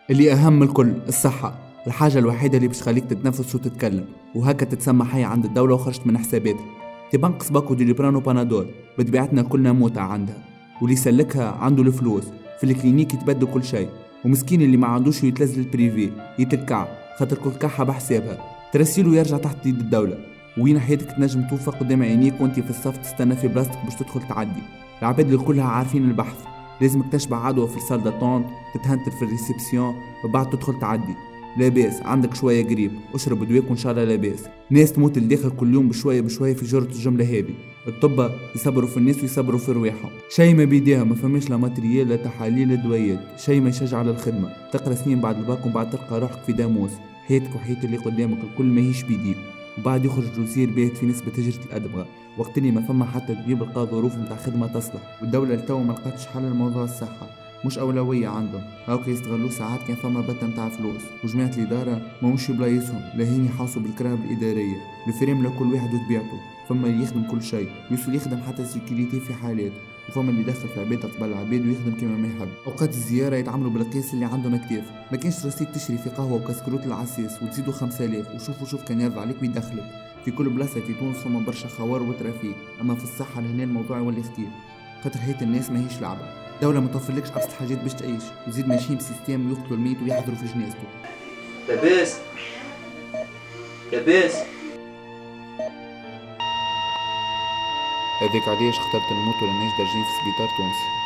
اللي أهم من الكل الصحة، الحاجة الوحيدة اللي باش تخليك تتنفس وتتكلم، وهكا تتسمى حي عند الدولة وخرجت من حساباتها. تبنقص باكو ديليبران وبانادول، بطبيعتنا كلنا موتة عندها، واللي يسلكها عنده الفلوس، في الكلينيك يتبدل كل شيء، ومسكين اللي ما عندوش يتلز للبريفي يتلكع، خاطر كل كحة بحسابها، ترسيله يرجع تحت يد الدولة. وين حياتك تنجم توفى قدام عينيك وانتي في الصف تستنى في بلاصتك باش تدخل تعدي. العباد اللي كلها عارفين البحث، لازمك تشبع عدوى في السال داتونت، تتهنتر في الريسبسيون وبعد تدخل تعدي. لاباس عندك شوية قريب، اشرب دواك وان شاء الله لاباس. ناس تموت الداخل كل يوم بشوية بشوية في جرة الجملة هذه. الطب يصبروا في الناس ويصبروا في رواحهم، شيء ما بيديها، ما فماش لا ماتريال لا تحاليل لا دويات، شيء ما يشجع على الخدمة. تقرا سنين بعد الباك وبعد تلقى روحك في داموس، حياتك وحياة اللي قدامك الكل ما هيش بيديك. وبعد يخرج وزير باهت في نسبة هجرة الأدمغة، وقت اللي ما فما حتى طبيب لقى ظروف متاع خدمة تصلح، والدولة لتو ما لقاتش حل لموضوع الصحة، مش أولوية عندهم. هاوكا يستغلوا ساعات كان فما بتة متاع فلوس، وجماعة الإدارة ماهوش بلايصهم، لاهين يحاصوا بالكراب الإدارية، الفريم لكل واحد وطبيعته. فما اللي يخدم كل شيء يوصل يخدم حتى السيكوريتي في حالات، وفما اللي يدخل في عباد قبل العباد ويخدم كما ما يحب. اوقات الزياره يتعاملوا بالقياس اللي عندهم كتاف، ما كانش رصيد تشري في قهوه وكسكروت العساس وتزيدوا 5000، وشوف كان يرضى عليك ويدخلك. في كل بلاصه في تونس فما برشا خوار وترافيك، اما في الصحه لهنا الموضوع يولي خطير، خاطر حياة الناس ماهيش لعبه. دولة ما توفرلكش ابسط حاجات باش تعيش، وزيد ماشيين بسيستيم يقتلوا الميت ويحضروا في جنازته. لاباس لاباس. هذاك علاش اخترت نموت ولا نعيش درجين في سبيطار تونسي.